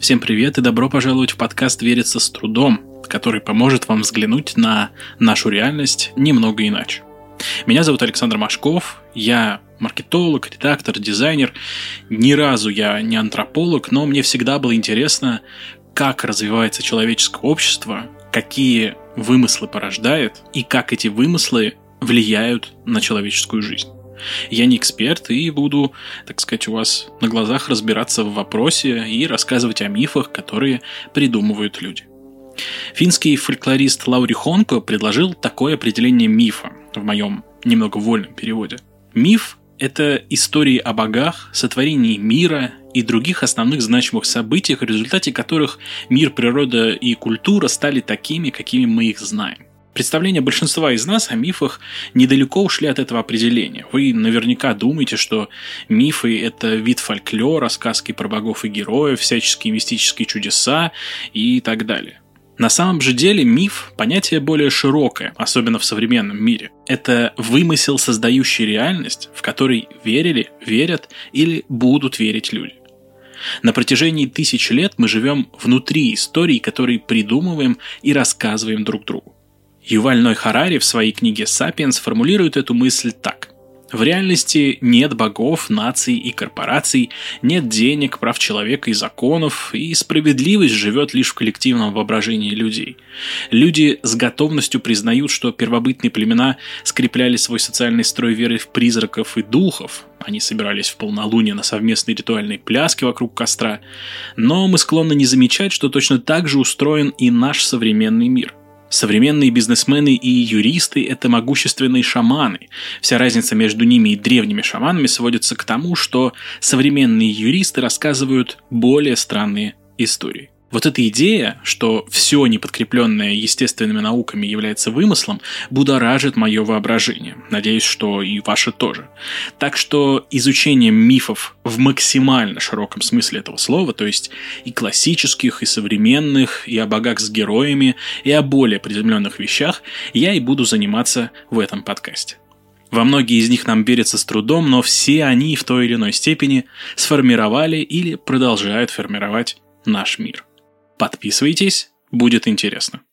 Всем привет и добро пожаловать в подкаст «Верится с трудом», который поможет вам взглянуть на нашу реальность немного иначе. Меня зовут Александр Машков, я маркетолог, редактор, дизайнер. Ни разу я не антрополог, но мне всегда было интересно, как развивается человеческое общество, какие вымыслы порождает и как эти вымыслы влияют на человеческую жизнь. Я не эксперт и буду, так сказать, у вас на глазах разбираться в вопросе и рассказывать о мифах, которые придумывают люди. Финский фольклорист Лаури Хонко предложил такое определение мифа в моем немного вольном переводе. Миф – это истории о богах, сотворении мира и других основных значимых событиях, в результате которых мир, природа и культура стали такими, какими мы их знаем. Представления большинства из нас о мифах недалеко ушли от этого определения. Вы наверняка думаете, что мифы – это вид фольклора, сказки про богов и героев, всяческие мистические чудеса и так далее. На самом же деле миф – понятие более широкое, особенно в современном мире. Это вымысел, создающий реальность, в которой верили, верят или будут верить люди. На протяжении тысяч лет мы живем внутри историй, которые придумываем и рассказываем друг другу. Юваль Ной Харари в своей книге «Сапиенс» формулирует эту мысль так. В реальности нет богов, наций и корпораций, нет денег, прав человека и законов, и справедливость живет лишь в коллективном воображении людей. Люди с готовностью признают, что первобытные племена скрепляли свой социальный строй верой в призраков и духов. Они собирались в полнолуние на совместные ритуальные пляски вокруг костра. Но мы склонны не замечать, что точно так же устроен и наш современный мир. Современные бизнесмены и юристы – это могущественные шаманы. Вся разница между ними и древними шаманами сводится к тому, что современные юристы рассказывают более странные истории. Вот эта идея, что все неподкрепленное естественными науками является вымыслом, будоражит мое воображение. Надеюсь, что и ваше тоже. Так что изучением мифов в максимально широком смысле этого слова, то есть и классических, и современных, и о богах с героями, и о более приземленных вещах, я и буду заниматься в этом подкасте. Во многие из них нам верится с трудом, но все они в той или иной степени сформировали или продолжают формировать наш мир. Подписывайтесь, будет интересно.